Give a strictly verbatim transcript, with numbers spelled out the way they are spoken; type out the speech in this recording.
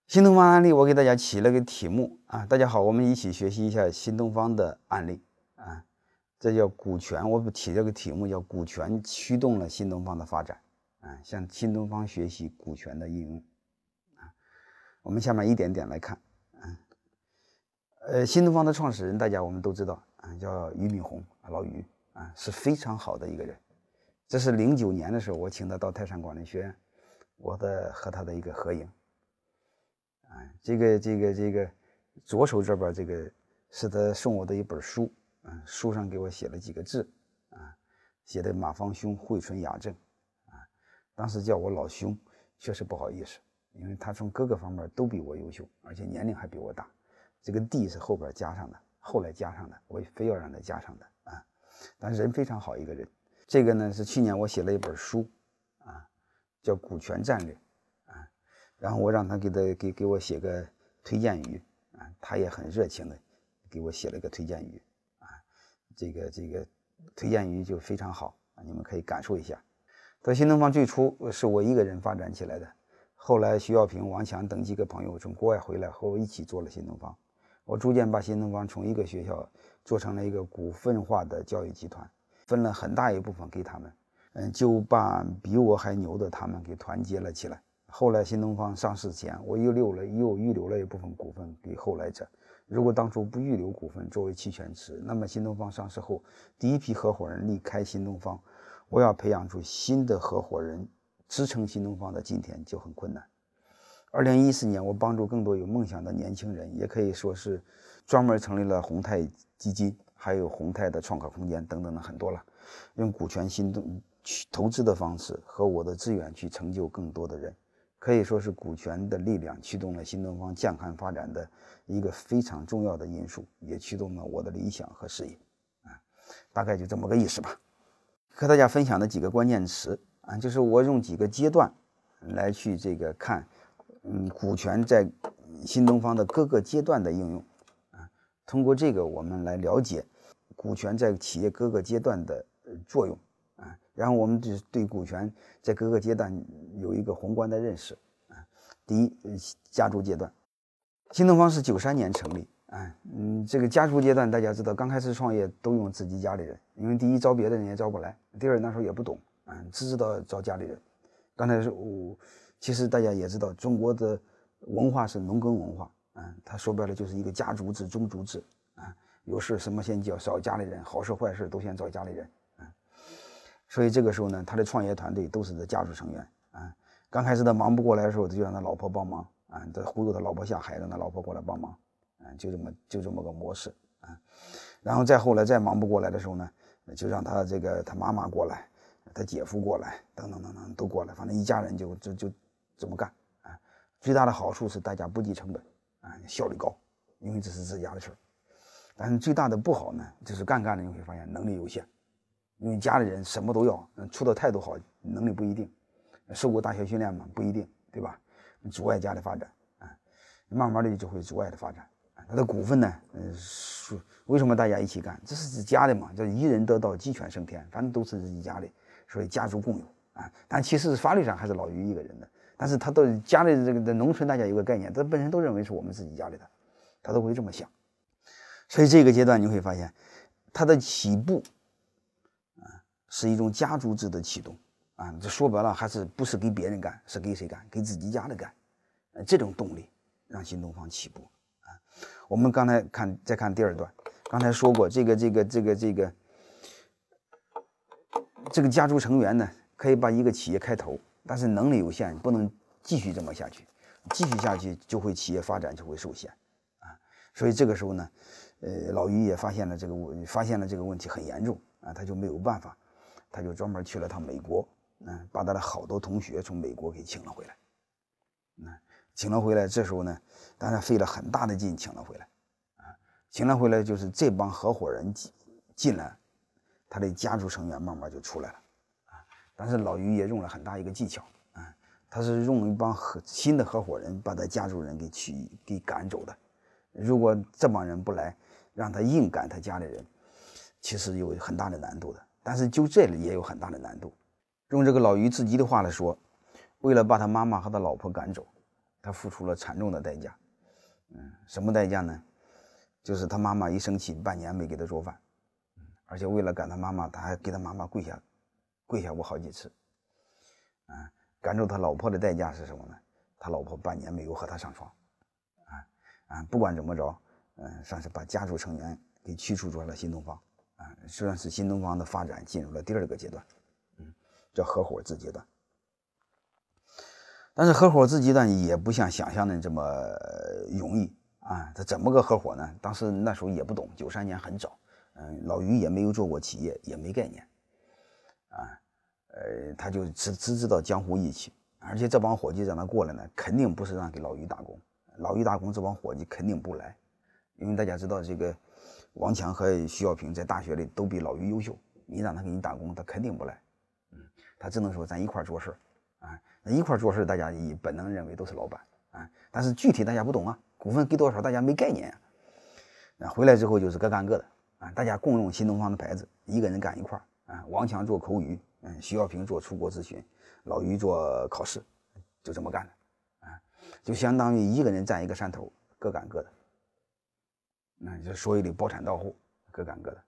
新东方案例，我给大家起了个题目啊，大家好，我们一起学习一下新东方的案例啊，这叫股权，我起这个题目叫股权驱动了新东方的发展啊，向新东方学习股权的应用啊。我们下面一点点来看啊，呃，新东方的创始人大家我们都知道啊，叫俞敏洪，老俞啊，是非常好的一个人。这是零九年的时候，我请他到泰山管理学院，我的和他的一个合影。啊，这个这个这个左手这边这个是他送我的一本书啊，书上给我写了几个字啊，写的马方兄惠淳雅正啊，当时叫我老兄，确实不好意思，因为他从各个方面都比我优秀，而且年龄还比我大。这个弟是后边加上的，后来加上的，我非要让他加上的啊，但是人非常好一个人。这个呢是去年我写了一本书啊，叫《股权战略》。然后我让他给他给给我写个推荐语啊，他也很热情的给我写了个推荐语啊，这个这个推荐语就非常好啊，你们可以感受一下。到新东方最初是我一个人发展起来的，后来徐耀平、王强等几个朋友从国外回来和我一起做了新东方，我逐渐把新东方从一个学校做成了一个股份化的教育集团，分了很大一部分给他们，嗯，就把比我还牛的他们给团结了起来。后来新东方上市前，我又留了又预留了一部分股份给后来者。如果当初不预留股份作为期权池，那么新东方上市后，第一批合伙人离开新东方，我要培养出新的合伙人支撑新东方的今天就很困难。二零一四年，我帮助更多有梦想的年轻人，也可以说是专门成立了宏泰基金，还有宏泰的创客空间等等的很多了，用股权新动投资的方式和我的资源去成就更多的人。可以说是股权的力量驱动了新东方健康发展的一个非常重要的因素，也驱动了我的理想和事业啊，大概就这么个意思吧。和大家分享的几个关键词啊，就是我用几个阶段来去这个看，嗯，股权在新东方的各个阶段的应用啊，通过这个我们来了解股权在企业各个阶段的作用。啊，然后我们就对股权在各个阶段有一个宏观的认识啊。第一，家族阶段，新东方是九三年成立啊，嗯，这个家族阶段大家知道，刚开始创业都用自己家里人，因为第一招别的人也招不来，第二那时候也不懂啊，只知道招家里人。刚才是我，其实大家也知道，中国的文化是农耕文化啊，它说白了就是一个家族制、宗族制啊，有事什么先叫找家里人，好事坏事都先找家里人。所以这个时候呢，他的创业团队都是他家族成员啊。刚开始他忙不过来的时候，他就让他老婆帮忙啊，他忽悠他老婆下海，让他老婆过来帮忙啊，就这么就这么个模式啊。然后再后来再忙不过来的时候呢，就让他这个他妈妈过来，他姐夫过来，等等等等都过来，反正一家人就就就这么干啊。最大的好处是大家不计成本啊，效率高，因为这是自家的事儿。但是最大的不好呢，就是干干的你会发现能力有限。因为家里人什么都要，出的态度好，能力不一定，受过大学训练嘛，不一定，对吧？阻碍家的发展啊，慢慢的就会阻碍的发展。他的股份呢，呃，是为什么大家一起干？这是自家的嘛，叫一人得道，鸡犬升天，反正都是自己家里，所以家族共有啊。但其实法律上还是老俞一个人的，但是他到家里这个在农村，大家有个概念，他本身都认为是我们自己家里的，他都会这么想。所以这个阶段你会发现，他的起步。是一种家族制的启动啊，这说白了还是不是给别人干，是给谁干？给自己家的干，呃，这种动力让新东方起步啊。我们刚才看，再看第二段，刚才说过这个这个这个这个这个家族成员呢，可以把一个企业开头，但是能力有限，不能继续这么下去，继续下去就会企业发展就会受限啊。所以这个时候呢，呃，老俞也发现了这个问，发现了这个问题很严重啊，他就没有办法。他就专门去了趟美国，嗯，把他的好多同学从美国给请了回来，嗯，请了回来。这时候呢，当然费了很大的劲请了回来，啊，请了回来就是这帮合伙人进来，他的家族成员慢慢就出来了，啊，但是老俞也用了很大一个技巧，啊，他是用一帮合新的合伙人把他家族人给去给赶走的。如果这帮人不来，让他硬赶他家里人，其实有很大的难度的。但是就这里也有很大的难度。用这个老俞自己的话来说，为了把他妈妈和他老婆赶走， 他付出了惨重的代价。嗯，什么代价呢？就是他妈妈一生气，半年没给他做饭，而且为了赶他妈妈，他还给他妈妈跪下，跪下过好几次。啊，赶走他老婆的代价是什么呢？他老婆半年没有和他上床。啊啊，不管怎么着，嗯，算是把家族成员给驱逐出了新东方。啊，算是新东方的发展进入了第二个阶段，嗯，叫合伙制阶段。但是合伙制阶段也不像想象的这么容易啊！他怎么个合伙呢？当时那时候也不懂，九三年很早，嗯，老于也没有做过企业，也没概念，啊，呃，他就只只知道江湖义气，而且这帮伙计让他过来呢，肯定不是让给老于打工，老于打工这帮伙计肯定不来，因为大家知道这个王强和徐小平在大学里都比老于优秀，你让他给你打工，他肯定不来，嗯，他只能说咱一块做事啊。一块做事，大家以本能认为都是老板啊，但是具体大家不懂啊，股份给多少大家没概念啊。啊，回来之后就是各干各的啊，大家共用新东方的牌子，一个人干一块啊。王强做口语，嗯，徐小平做出国咨询，老于做考试，就这么干的啊，就相当于一个人占一个山头，各干各的。那就所谓的包产到户，各干各的。